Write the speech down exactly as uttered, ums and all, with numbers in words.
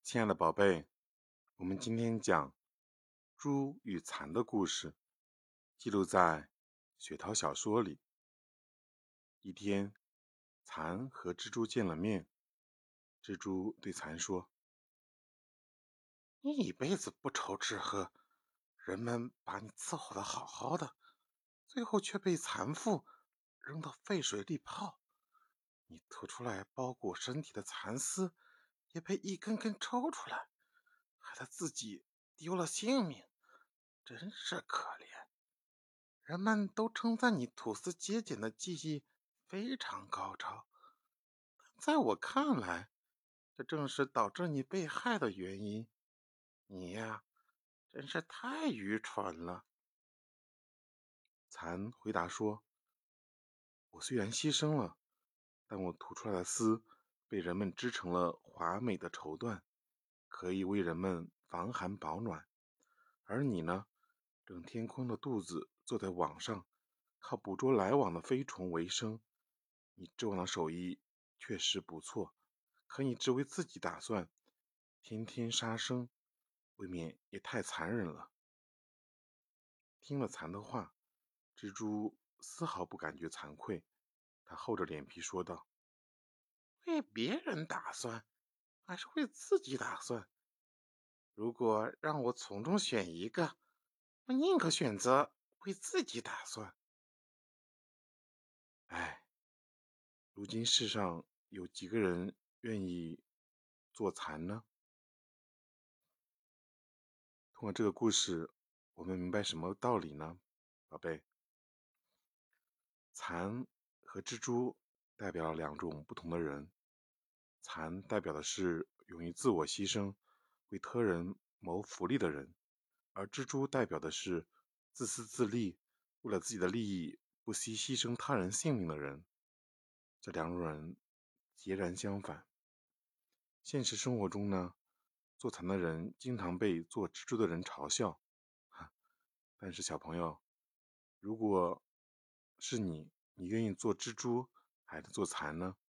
亲爱的宝贝，我们今天讲猪与蚕的故事，记录在雪涛小说里。一天，蚕和蜘蛛见了面，蜘蛛对蚕说：你一辈子不愁吃喝，人们把你伺候得好好的，最后却被蚕妇扔到沸水里泡。你吐出来包裹身体的蚕丝也被一根根抽出来，害得自己丢了性命，真是可怜。人们都称赞你吐丝结茧的技艺非常高超，但在我看来，这正是导致你被害的原因。你呀，真是太愚蠢了。蚕回答说：我虽然牺牲了，但我吐出来的丝被人们织成了华美的绸缎，可以为人们防寒保暖。而你呢，整天空着肚子坐在网上，靠捕捉来往的飞虫为生。你织网的手艺确实不错，可你只为自己打算，天天杀生，未免也太残忍了。听了蚕的话，蜘蛛丝毫不感觉惭愧，他厚着脸皮说道：为别人打算，还是为自己打算？如果让我从中选一个，我宁可选择为自己打算。唉，如今世上有几个人愿意做蚕呢？通过这个故事，我们明白什么道理呢，宝贝？蚕和蜘蛛代表了两种不同的人。蚕代表的是勇于自我牺牲，为他人谋福利的人，而蜘蛛代表的是自私自利，为了自己的利益不惜牺牲他人性命的人。这两种人截然相反。现实生活中呢，做蚕的人经常被做蜘蛛的人嘲笑。但是小朋友，如果是你，你愿意做蜘蛛还是做蚕呢？